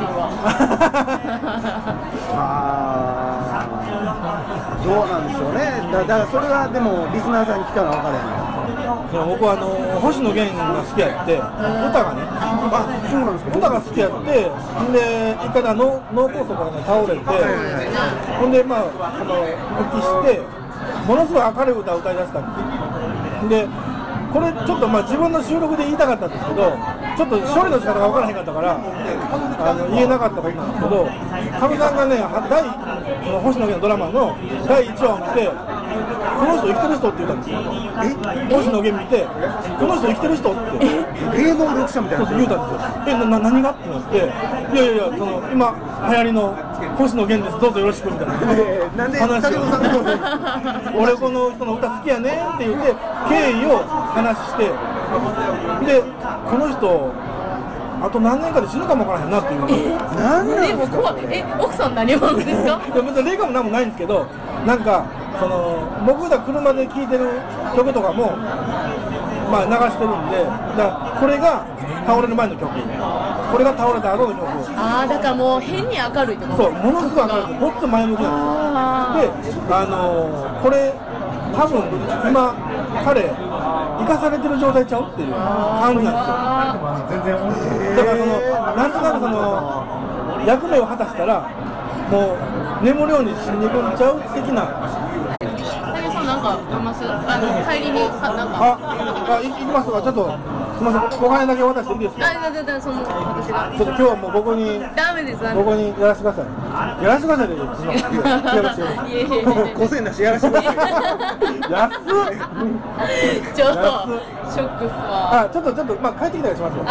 S2: どうなんでしょうね。だからそれはでもリスナーさんに聞かな分からへん。
S1: 僕は星野源が好きやって、歌がね、
S2: そうなんですか。
S1: 歌が好きやって、で一回脳梗塞から倒れて、ほんで復帰して、ものすごい明るい歌を歌い出したんです。でこれちょっと自分の収録で言いたかったんですけど、ちょっと処理の仕方が分からへんかったから言えなかったことなんですけど、かみさんがね、星野源のドラマの第1話を見て、この人生きてる人って言ったんですよ。星野源見て、この人生きてる人って
S2: 芸能力者みたいな
S1: 言うたんですよ。何がってなって、いや今流行りの星野源です、どうぞよろしくみたいな
S2: なんで
S1: 話を俺この人の歌好きやねんって言って経緯を話して、でこの人あと何年かで死ぬかもわからへんなっていう。
S3: なんでも怖い。奥さん何者ですか？
S1: いや別に霊感も何もないんですけど、なんか僕ら車で聴いてる曲とかも流してるんで、だからこれが倒れる前の曲、これが倒れた後の曲。
S3: ああだからもう変に明るいってこと。
S1: そう、ものすごい明るいです。もっと前向きなんですよ。でこれ多分今彼生かされてる状態ちゃうっていう感じなんですよ。だからなんとなく役目を果たしたらもう眠るように死に込んじゃう的な。
S3: 武さんなんかいます？帰りになんか
S1: 行きますがちょっとすみません、お金だけ渡していいですか。
S3: その私が
S1: ちょっと今日はもう僕に
S3: ダメです。
S1: 僕にやらせてください。やらせてくださいでいいですか。やらせてください。
S2: 5000円出してやらせてください。
S1: 安っ。
S3: ちょっとショックっすわ。
S1: ちょっとまあ帰ってきたりしますよ。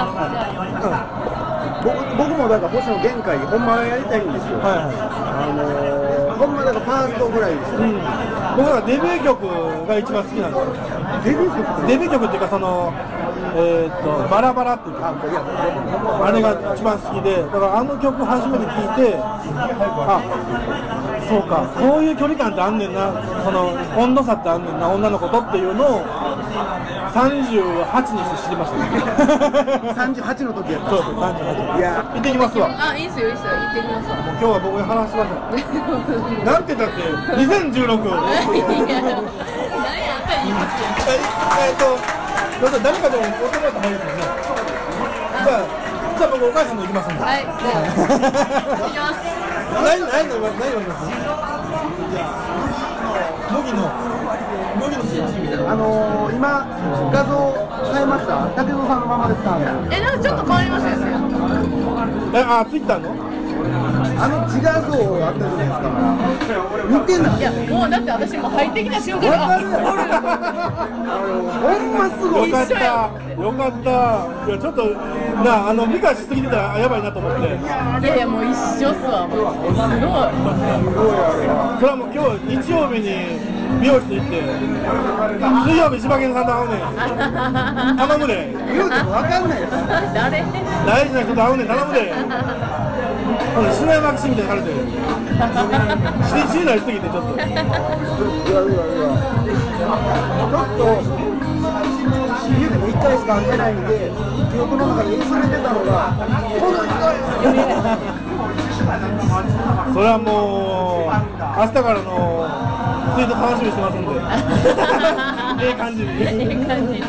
S2: 僕もだから星野源会ほんまはやりたいんですよ。ほんまだからファーストぐらいですよ。
S1: 僕はデビュー曲が一番好きなんですよ。デビュー曲っていうかそのバラバラっていうかあれが一番好きで、だからあの曲初めて聴いて、そうか、こういう距離感ってあんねんな、その温度差ってあんねんな、女の子とっていうのを38にして知りましたね。
S2: 38の時やった。
S1: そうそう、38。
S2: いや、
S1: 行ってきますわ。
S3: いいっすよ、いいっすよ、行ってきますわ。もう
S1: 今日は僕に話しました。なんてだって2016。誰かでもお友達もいいですよね。じゃあ僕お母さんも行きますんで。
S3: はい。行きます。
S1: 何飲みます？麦の
S2: 今画像変えました。竹蔵さんのままですか？
S3: なんかちょっと変わりましたよね。
S1: ツイッターの
S2: 自画像あったじゃないですか。似てない。
S3: いや、もうだって私も入ってきた瞬間に
S2: ほんますごい。
S1: よかった。いやちょっと美化しすぎてたらやばいなと思って。い
S3: やもう一緒っすわ。もうすごい。
S1: それはもう今日日曜日に美容室行って水曜日柴犬さんと会うねん。頼むで。
S2: 言うても分かんないです。
S3: 誰？
S1: 大事な人と会うねん、頼むで。篠山騎士みたいにされてる。死になりすぎてちょっと。ちょっと言うても1回しか会ってないんで、記憶の中に薄れてたのがこの人や。それはもう明日からのツイート楽しみにしてますんで。ええ感じに。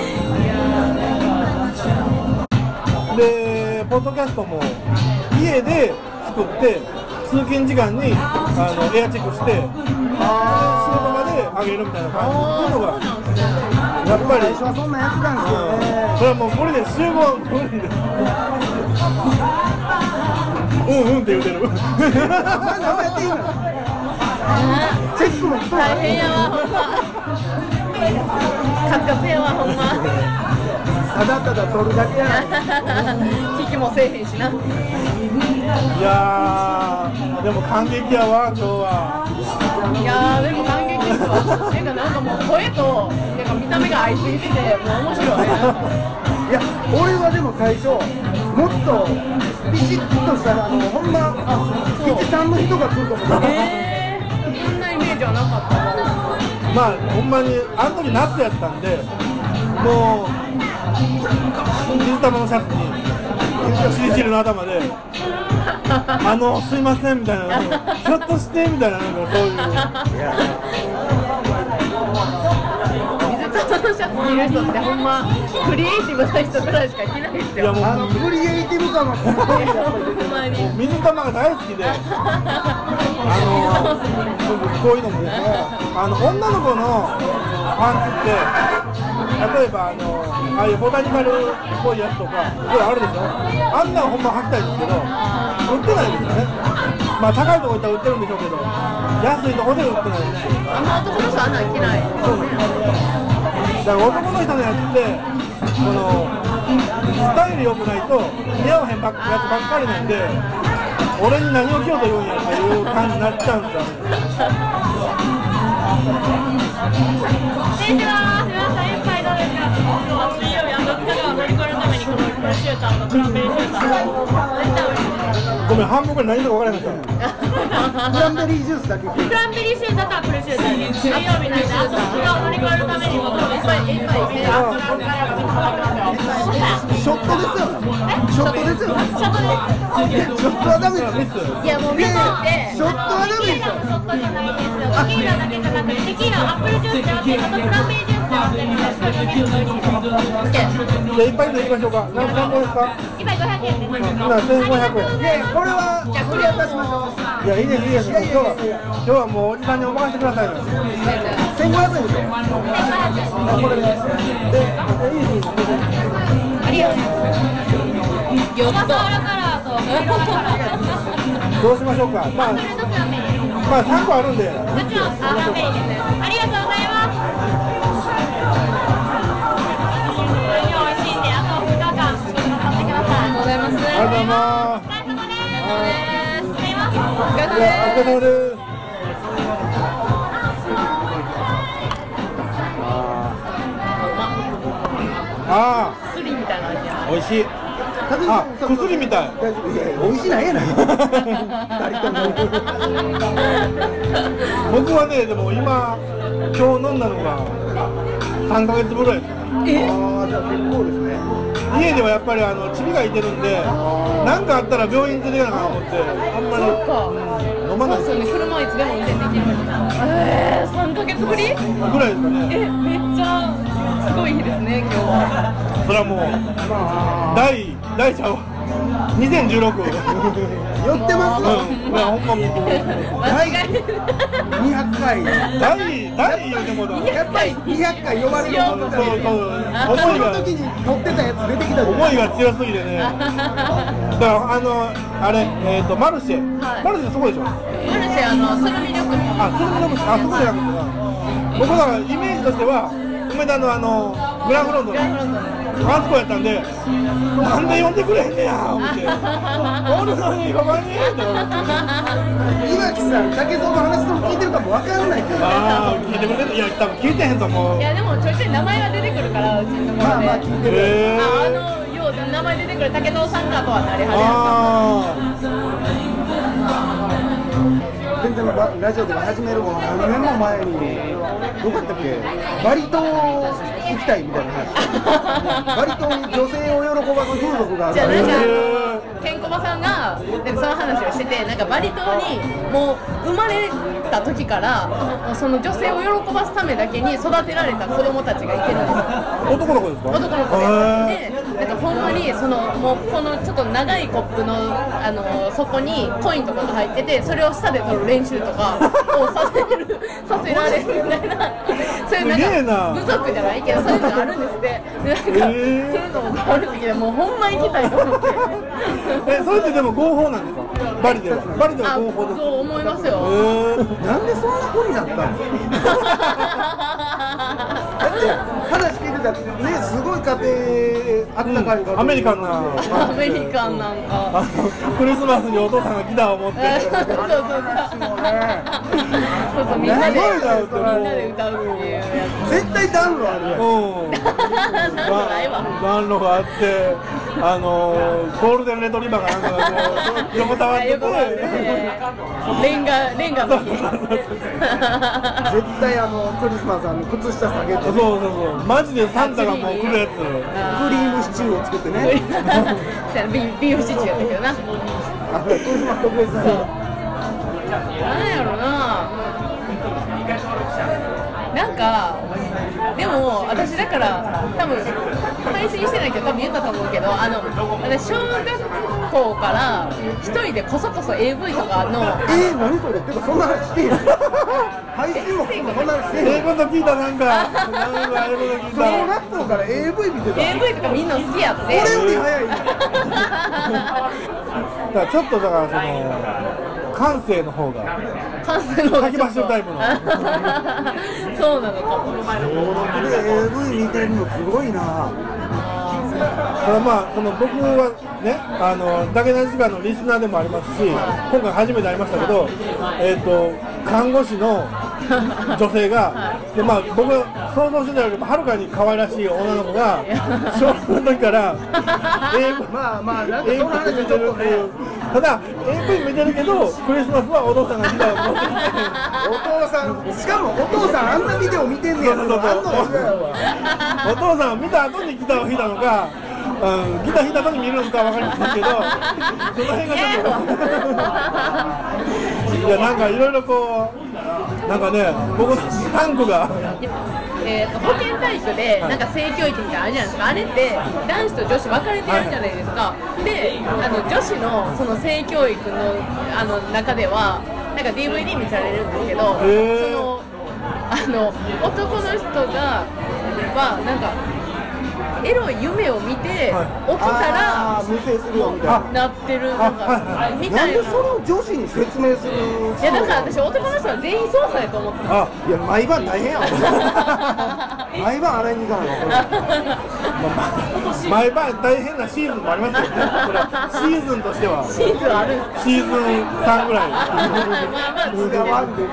S1: で、ポッドキャストも家で作って通勤時間にエアチェックして仕事場であげるみたいな感じっていうのがやっぱり
S2: 最初はそんなやってたんですよね。
S1: それはもう無理です。集合無理です。って言うてる。
S2: 何もやっていいの？チェックも
S3: 大変やわほんま。カツカツやわほんま。
S2: ただただ取るだけや。
S3: 聞きもせえへんしな。
S1: いやーでも感激やわ今日は。
S3: いやーでも感激ですわ。なんかもう声となんか見た目が合いすぎててもう面白い。
S2: いや俺はでも最初もっとビシッとしたほんま吉さんの人が来ると思った。
S3: そんなイメージはなかった。
S1: まあほんまにあの時夏やったんでもう水玉のシャツにチリチリの頭ですいませんみたいなひょっとしてみたいななんかそういう
S3: 水玉のシャツ着る人ってほんまクリエイティブな人ぐらいしか着ないですよ。
S2: クリエイティブ感がすごい
S1: 水玉が大好きでこういうのもね女の子のパンツって例えばああいうボタニカルっぽいやつとかあるでしょ。あんなのほんま履きたいんですけど売ってないですよね。まあ高いとこ行ったら売ってるんでしょうけど安いとこで売ってないです。
S3: 男の人あんなん着ない。
S1: だから男の人のやつってスタイル良くないと似合わへんやつばっかりなんで俺に何を着ようと言うんやっていう感じになっちゃうんですよ。
S3: 先生は皆さん一杯どうですか。水曜日津川乗り越えるためにこのプロシューターとクランベリーシューター絶対美味しい。
S1: ごめん半分ぐらい何とか分からなかった。
S2: クランベリージュースだけ。
S3: クランベリーシューターとアップルシューターです。水曜日なんで津川を乗り越えるためにこの一杯
S2: ショットですよね。ショットですよね。
S3: ショットです。
S2: ショットはダメです。
S3: いやもう見とって
S2: ショットはダメですよ。
S3: ショットじゃないですよ。テキーラだけじゃなくてテキーラアップルジュースであってあとクランベリージュースであってみたいなそういうの見るといいですよ。
S1: じゃあ一杯でいきましょうか。何個ですか。
S3: 一杯500円です。
S1: 今1500円。
S2: でこれはじゃあクリア出しましょう。
S1: いやいいですいいです。今日はもうおじさんにお任せください。
S2: 1500円ですよ。
S3: 1500円。
S2: これでいいです。
S3: よっと
S4: どうしましょうか。まあ3個あるんで。
S3: ありがとうございます。美味しいんで、あと2日間作ってください。ありがとうございます。
S4: ありがとうございます。
S3: お疲れ様です。
S4: お疲れ様です。ああ、
S3: 薬みたいな味や。
S4: 美味しい。あ、薬みたい。
S2: いや美味しいなんやない2人とも
S4: 僕はね、でも今日飲んだのが3ヶ月ぐらいですかね。
S2: ああ、じゃあ結構ですね。
S4: 家ではやっぱりチビがいてるんで、何かあったら病院連れてかなと思って、あんまり飲まないです
S3: そうですよね、車いつでも運転できる。3ヶ月ぶり？
S4: ぐらいですかね。
S3: めっちゃすごい日ですね、今日は。
S4: それはもう大ちゃう2016。
S2: 寄ってます
S4: ほんま
S3: 間違えてる。
S2: 200回
S4: 大言うてもだ。
S2: やっぱり200回呼ばれるもんだ
S4: そう
S2: その時に撮ってたやつ出てきたじゃん。
S4: 思いが強すぎてね。だからあれマルシェ、マルシェそこでしょ。
S3: マルシェスルミ緑の。
S4: あ、そこじゃなくて僕だからイメージとしては梅田のグランフロントのあそこやったんで、なんで呼んでくれへんねや思っておるのにここにって思って。
S2: 岩木さん、竹蔵の話とも聞いてるかもわかんないけど。
S4: ああ、聞いてくれる。いや、多分聞いてへんと思う。
S3: いやでもちょいちょい名前は出てくるからうちのところで。
S2: まあ聞いてる。
S3: よう名前出てくる竹蔵さんかとはなりは
S2: 全然ラジオとか始めるもの何年も前にどこだったっけ、バリ島行きたいみたいな話。バリ島に女性を喜ばす風俗がある。
S3: じゃあなんかケンコバさんがでその話をしてて、なんかバリ島にもう生まれた時からその女性を喜ばすためだけに育てられた子供たちがいてるんですよ。
S4: 男の子ですか？
S3: 男の子で、なんかほんまにもうこのちょっと長いコップの底にコインとかが入ってて、それを舌で取る練習とかをさせられるみたいな、そういうなんか部族じゃないけどそういうのがあるんですって。でなんかそういうのも変わる時でもうほんまに行きたいと思って。
S4: それってでも合法なんですか？バリでは合法です。
S3: そう思いますよ。
S2: なんでそんな子になったの？だって話聞いてたらね、すごい家庭あったかいから、
S4: アメリカンな
S3: なんか
S4: クリスマスにお父さんがギターを持って
S3: そうみんなで歌うっていうやつ。
S2: 絶対暖炉あるやん。
S4: 暖炉があってゴールデンレトリバーがなんか横たわってて
S3: レンガ
S2: 絶対クリスマス靴下下げて、
S4: そうマジでサンタがもう来るやつ、
S2: クリームシチューを作ってね。
S3: ビーフシチューやったけどな。
S2: クリスマス特別な。
S3: なんやろな。なんかでも私だから多分配信してないけど多分言ったと思うけど、私小学校から一人でこそこそ AV とかの
S2: 何それってかそんな話してんの？配信もそんな話してんの？
S4: 英語と聞いたなんか英語と聞いた。
S2: 小学校から AV 見てた。
S3: AV とかみんな好きやって。
S2: 俺より早いんだ。
S4: だからちょっとだから感性の方が先走るタイプの
S3: そうなのかも。
S2: で AV 見てるのすごいな。
S4: ただまあ僕はねだけな時間のリスナーでもありますし、今回初めて会いましたけど、看護師の女性が、でまあ僕が想像してたよりもはるかに可愛らしい女の子が小学の時から
S2: まあなんかその話ちょっとね。
S4: ただ AV 見てるけどクリスマスはお父さんがギターを持ってきて
S2: お父さん、しかもお父さんあんなビデオ見てんねやろ。あんのが嫌やわ。
S4: お父さんを見た後にギターを弾いたのか、ギター弾いた後に見るのか分かりませんけど、その辺がちょっといやなんかいろいろこうなんかね、僕のタンクが
S3: 保健体育でなんか性教育みたいなのあるじゃないですか。あれって男子と女子分かれてやるじゃないですか。で女子のその性教育の中ではなんか DVD 見されるんですけど、その男の人がはなんかエロい夢を見て、起きたら
S2: 無制するよみたいな。
S3: なってるなんかみたいな。
S2: なんでそれを女子に説明する。
S3: いやだから私男の人は全員そうなんやと思ってます。
S2: いや毎晩大変やわ。毎晩洗いに行かないの。
S4: 毎晩大変なシーズンもありますけどね。これシーズンとしては
S3: シーズンあるんですか。
S4: シーズン3ぐらい。
S3: まあまあ
S2: 普通がワンで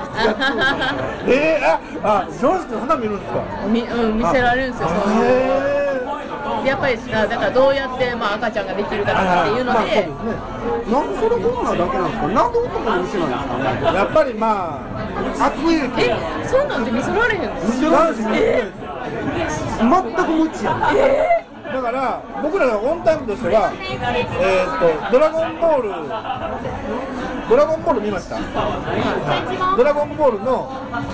S4: 上司って花見るんですか。
S3: 見せられるんですよ。そういうやっぱりだからどうやってまあ赤ちゃんができるかっていうので、
S2: なんでそれこんなだけなんですか。なんで男の店なんですか。
S4: やっぱりまあ
S2: 悪影響。
S3: そんなんて見せられへんの。
S2: 見せられへん。全く無知やん。
S4: だから僕らのオンタイムとしては、ドラゴンボール見ました。ドラゴンボールの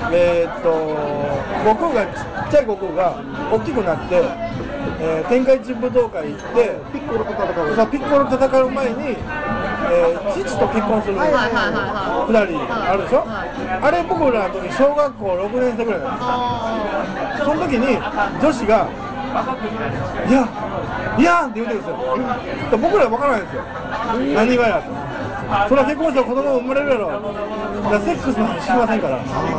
S4: 悟空がちっちゃい悟空が大きくなって、天下一武道会行って
S2: ピッコロと戦う。
S4: ピッコロと戦う前に、父と結婚するくだりあるでしょ。あれ僕らの時小学校6年生ぐらいなんですよ。その時に女子がいやんって言うてるんですよ。僕らは分からないんですよ。何がやと。それは結婚したら子供生まれるやろ。だからセックスの話しませんから。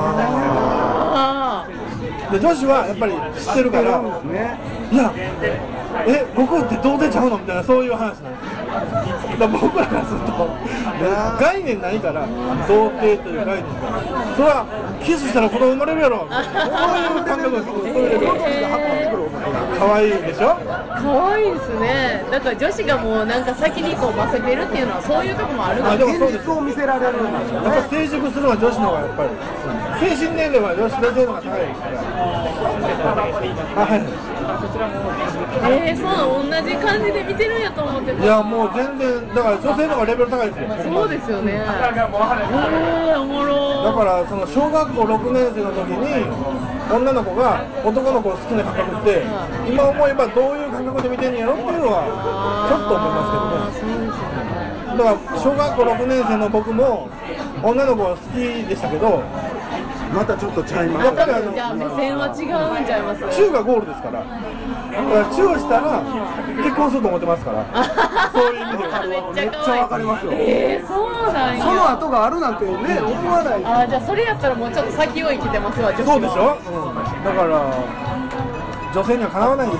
S4: で女子はやっぱり知ってるから、いや悟空って童貞ちゃうのみたいな、そういう話なんですよ。だから僕らからすると概念ないから、童貞という概念がそれはキスしたら子供生まれるやろ、そういう感覚です。可愛いでしょ。
S3: 可愛いですね。だから女子がもうなんか先にこうませてるっていうのはそういうとこもあるので。
S2: 現実を見せられるんですよ。
S4: やっぱ成熟するのは女子の方がやっぱり精神年齢は女性の方が高いですから。
S3: そう同じ感じで見てるんやと思ってた。
S4: いやもう全然だから女性の方がレベル高いですよ。
S3: そうですよね。おもろ。
S4: だからその小学校6年生の時に女の子が男の子を好きな感覚って、今思えばどういう感覚で見てんのやろっていうのはちょっと思いますけどね。だから小学校6年生の僕も女の子は好きでしたけど、
S2: またちょっとちゃいます。
S4: やっぱり
S3: じゃあ目線は違うんちゃいます。
S4: チューがゴールですから。だからチューしたら結婚すると思ってますから。そういう意味では
S3: めっちゃ
S2: わかりますよ。
S3: そうなんや。
S2: その後があるなんてね思わない。
S3: じゃあそれやったらもうちょっと先を生きてますわ。
S4: そうでしょ。だから女性にはかなわないん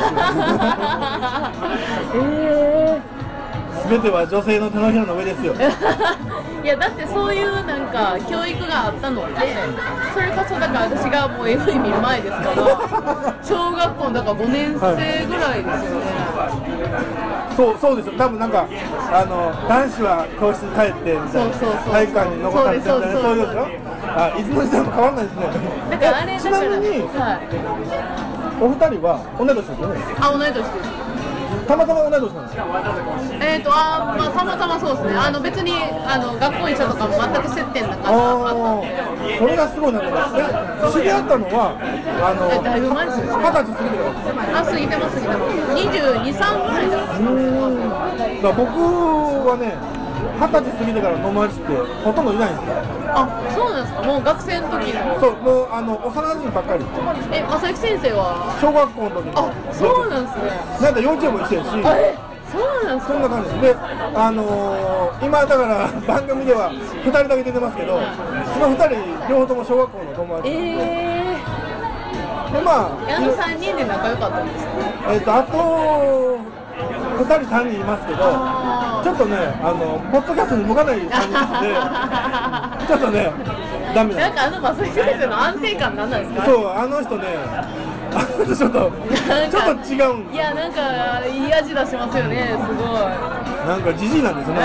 S4: ですよ。全ては女性の手のひらの上ですよ。
S3: いやだってそういうなんか教育があったので、それこそだから私がもう AV 見る前ですから小学校だから5年生ぐらいですよね。
S4: そうですよ。多分なんか男子は教室に帰ってみたいな、体育館に残されてみたいな、そういうでしょ。いつの時代も変わらないですね。
S3: だからあれ
S4: ちなみに、お二人は同い年ですよね。
S3: 同い年です。
S4: たまたま同い年なんですか。
S3: まあたまたまそうですね。別に学校一緒とかも全く接点なかった。
S4: それがすごいなと思います。知り合ったのは
S3: だいぶ前ですよ。
S4: 20歳過ぎてからです。
S3: 過ぎてます22、3ぐらいだ。
S4: だから僕はね20歳過ぎてから友達ってほとんどいないんですよ。
S3: そうなんですか。もう学生の時の。
S4: そう、もう幼馴染ばっかり。
S3: 正木先生は
S4: 小学校の時の。
S3: そうなんですね。
S4: なんか幼稚園も一緒やし。
S3: そうなんですか。
S4: そんな感じです。で、今だから番組では2人だけ出てますけど、その2人両方とも小学校の友達。でまあ
S3: 3人で仲良かったんですか。
S4: あと2人3人いますけど、ちょっとねポッドキャストに向かない3人でちょっとねダメ
S3: なんか正木先生の安定感なんなんですか。
S4: そう人ねちょっと違うんです。
S3: いやなんかいい味出しますよね。すごい
S4: なんかジジイなんですよね。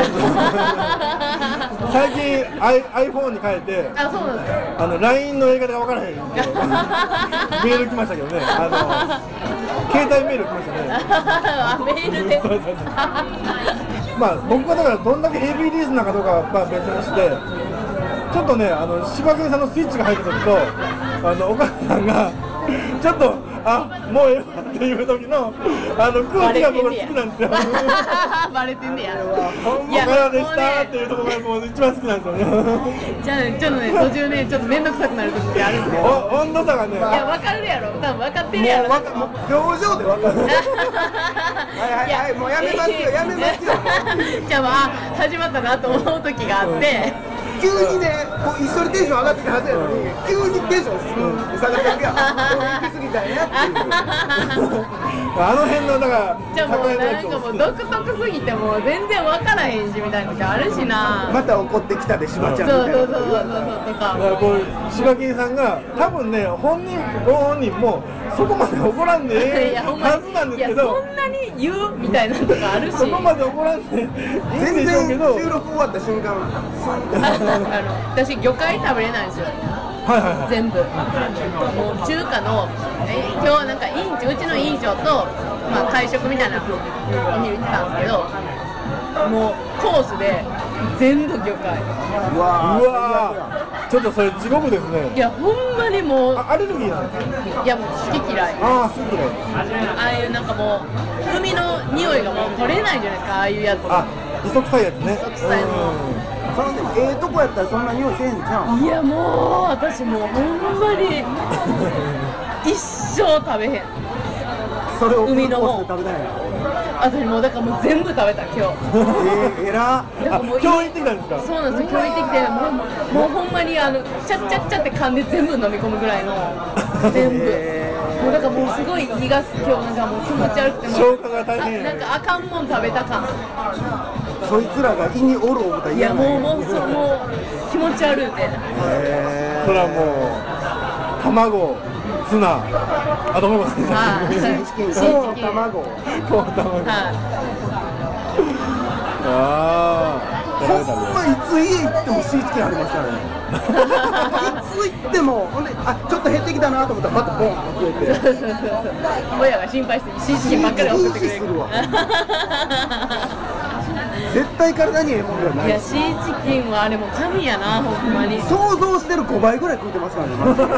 S4: 最近 iPhone に変えて、
S3: そうなんですか。
S4: LINE のやり方が分からへんけどメール来ましたけどね、携帯メール来ましたね。
S3: メールで
S4: まあ僕はだからどんだけヘビーリスナーかどうかは別にして、ちょっとね柴犬さんのスイッチが入った時とお母さんがちょっともうええわっていう時の空気が僕好きなんですよ。
S3: バレてんねや。
S4: いや、からでしたっていうところがもう一番好きなんですよね。
S3: じゃあちょっとね、途中ね、ちょっと面倒くさくなる時ってあるんですよ。
S4: 温度差がね。
S3: いや、分かるやろ、多分分かってるやろ。
S2: もう表情で分かる。はいはいはい、もうやめますよ、やめますよ。
S3: じゃあ始まったなと思う時があって。
S2: 急にね、こう一緒にテンション上がってたはずやのに、急にテンション下がってるやん。行き過ぎたんやっていう。
S4: あの辺のだから
S3: じゃあもうなんかもう独特すぎてもう全然分からへんしみたいな時あるしな。
S2: また怒ってきたでしばちゃんみたいな。
S3: そうとか。
S4: だからこう柴犬さんが多分ねご本人もそこまで怒らんでええはずなんですけど。
S3: いやそんなに言うみたいなとかあるし。
S4: そこまで怒らんでいいんでしょうけど。
S2: 全然収録終わった瞬間。
S3: 私魚介食べれないんですよ。全部もう中華の今日なんかうちの委員長と、まあ、会食みたいなお昼行ってたんですけど、もうコースで全部魚介。
S2: うわ
S4: ちょっとそれ地獄ですね。
S3: いやほんまにもう
S4: アレルギーなんですか。
S3: いやもう好き嫌い。
S4: 好き嫌い。
S3: ああいうなんかもう海の匂いがもう取れないじゃないですか、ああいうやつ。
S4: 磯臭いやつね。
S3: 磯臭いの。
S2: そのでもとこやったらそんな匂いせえんじゃん。
S3: いやもう私もうほんまに一生食べへん。
S2: それを
S3: 海のもん
S2: 食べたいの。
S3: 私もうだからもう全部食べた今日。
S2: えら。
S4: 今日行ってきたんですか。
S3: そうなんですよ、今日行ってきてもうほんまにチャッチャッチャって噛んで全部飲み込むぐらいの全部。もうだからもうすごい胃が今日なんかもう気持ち悪くても
S4: 消化が大変。
S3: なんかあかんもん食べた感。
S2: そいつらが胃におる思ったら嫌な。
S3: いやもう気持ち悪いって。
S4: それはもう卵、ツナ、あと思いますね。
S2: シーチキン、コーン卵。ほんまいつ家行ってもシーチキンありましたね。いつ行ってもほんでちょっと減ってきたなと思ったらまたボンと増えて。
S3: 親が心配してシーチキンばっかり送ってくれる。
S2: 絶対体にええもんじゃない。
S3: いやシーチキンはあれも神やな、ほんまに。
S2: 想像してる5倍ぐらい食うてますからね。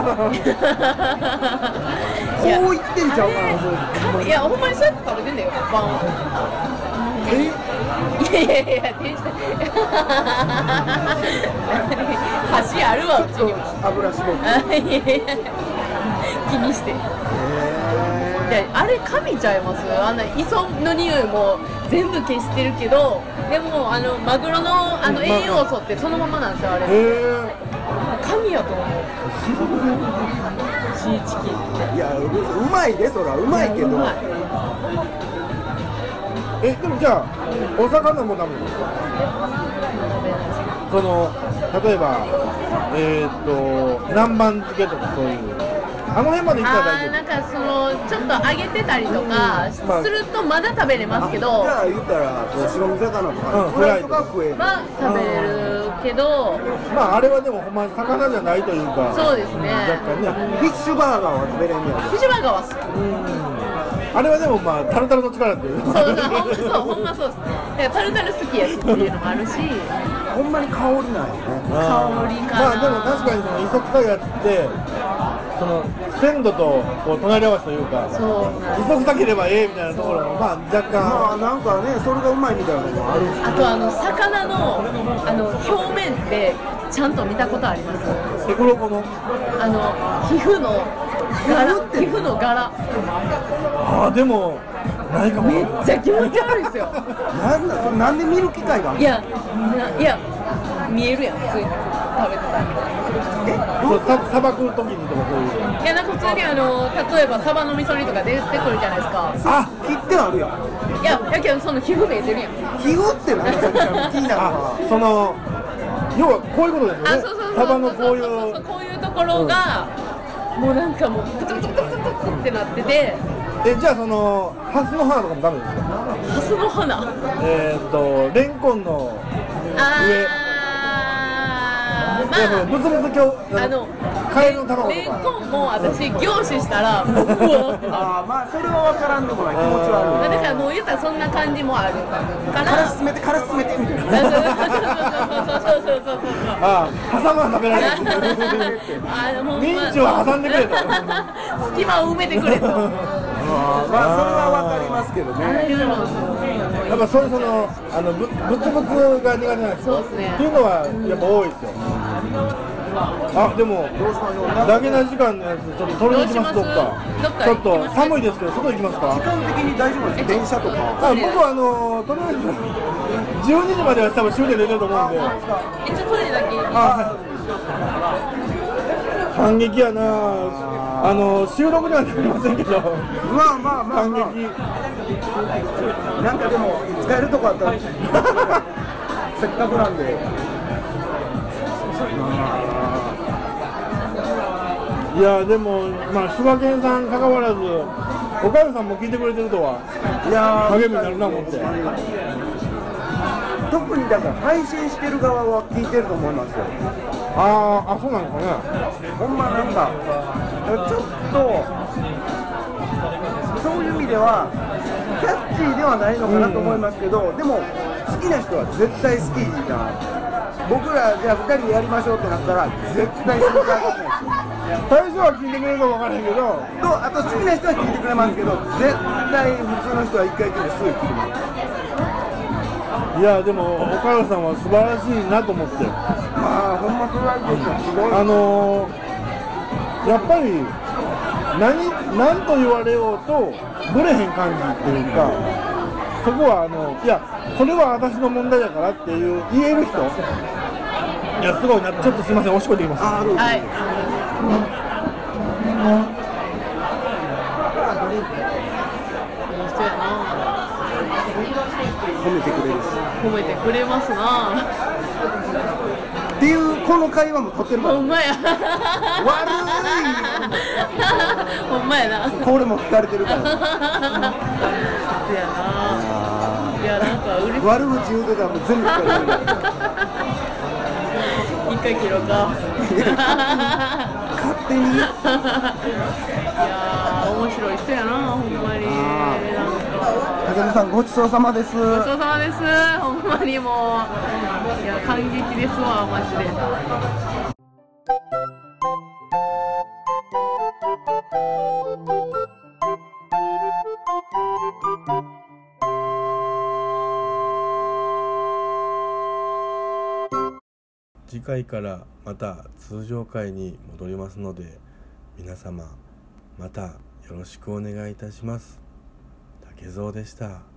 S2: こう言ってんちゃうかな。
S3: いやほんまにそうやって食べてんだよ、パンを。いや箸あるわ、うちにも
S2: 油絞って
S3: 気にして。あれ神ちゃいます。あんな磯の匂いも全部消してるけど、でもマグロの栄養素ってそのままなんですよ、あれ。神やと思う。シーチキンって。
S2: いやうまいで、そらうまいけど。
S4: でもじゃあお魚もダメですか。その例えば南蛮漬けとかそういうあの辺まで行ったら大丈夫。
S3: なんかちょっと揚げてたりとかするとまだ食べれますけど、
S2: じゃあ言ったら白身魚とかフライとか食える。
S3: は食べれるけど、
S4: あれはでもほんまに魚じゃないというか。
S3: そうですね。
S4: 若干ね。
S2: フィッシュバーガーは食べれんねや。
S3: フィッシュバーガーは
S4: あれはでもタルタルの力っていう。
S3: ほんまそうですね。タルタル好きやしっていうのもあるし、
S2: ほんまに香りないよね。
S3: 香りかな。
S4: でも確かに磯臭いやつって鮮度とこう隣り合わせというか、磯臭ければええみたいなところも若干。
S2: なんかね、それがうまいみたいなのもあるし。
S3: あと魚の表面ってちゃんと見たことあります？
S4: 鱗の
S3: 皮膚の柄。
S4: でもないかも。
S3: めっちゃ気持ち悪いですよ。
S2: なんで見る機会がある？
S3: いや見えるやん、普通に食べてたら。
S4: さばく時にとかそういう。
S3: いやなんか普通に例えばサバの味噌煮とか出てくるじゃないですか。
S2: 切ってあるやん。
S3: いやけどその皮膚見えてるやん。
S2: 皮膚って何か気になるわ。
S4: 要はこういうことですよね。サバのこういう
S3: ところが、もうなんかもうクツクツクツクツってなってて。
S4: じゃあハスの花とかもダメですか？
S3: ハスの花。
S4: レンコンの上。ブツブツカエルの卵とか。
S3: レンコンも私凝視したらもう
S2: それは分からんでもない。気持ち悪い。
S3: だかやもう言ったらそんな感じもあるから
S2: から進めてみたいな。
S3: そう
S4: ああ挟まは食べられるミンチを挟んでくれと
S3: 隙間を埋めてくれと
S2: まあそれはわかりますけどね。
S4: やっぱそういうブツブツが苦手なんですよ。
S3: そうですね
S4: っていうのはやっぱ多いですよ。あ、でもダゲな時間のやつちょっと取りに行きます。どっかちょっと寒いですけど外行きますか。
S2: 時間的に大丈夫です。電車とか。
S4: 僕はとりあえず12時までは多分終電出てると思うんで。
S3: 一応トイレだけ
S4: 反撃やな。収録にはなりませんけど。
S2: まあ
S4: 反撃。
S2: なんかでも使えるとこあったらせっかくなんで。
S4: いやでもまあ柴犬さん関わらず岡山さんも聞いてくれてるとはい
S2: や
S4: 励みになるな思って。
S2: 特にだから配信してる側は聞いてると思いますよ。
S4: あ、そうなんですかね。
S2: ほんまなんかちょっとそういう意味ではキャッチーではないのかなと思いますけど、でも好きな人は絶対好きな。僕らじゃあ2人でやりましょうってなったら絶対信じ上がらないですよ。
S4: 最初は聞いてくれるか分からへんけど
S2: あと好きな人は聞いてくれますけど絶対普通の人は1回聞いてすぐ聞いてます。
S4: いやでも岡山さんは素晴らしいなと思って。
S2: まあほんまそれはすごい。
S4: やっぱり何と言われようとブレへん感じっていうか、そこはいやそれは私の問題だからっていう言える人、いやすごいな。ちょっとすみません、おしっこできます。
S2: はい。褒めてくれるし。
S3: 褒めてくれますな
S2: っていうこの会話も撮ってるから。
S3: ほんまや
S2: 悪
S3: ほんまやな。
S2: い。これも聞かれてるから。
S3: いやないやなんか嬉しい。
S2: 悪口言うてたらもう全部聞かれてるから。
S3: 一回切ろうか。
S2: 勝手に。
S3: いやー面白い人やなほんまに。
S2: 竹野さんごちそうさまです。
S3: ごちそうさまです。ほんまにもういや感激ですわマジで。
S1: 次回からまた通常回に戻りますので、皆様またよろしくお願いいたします。竹蔵でした。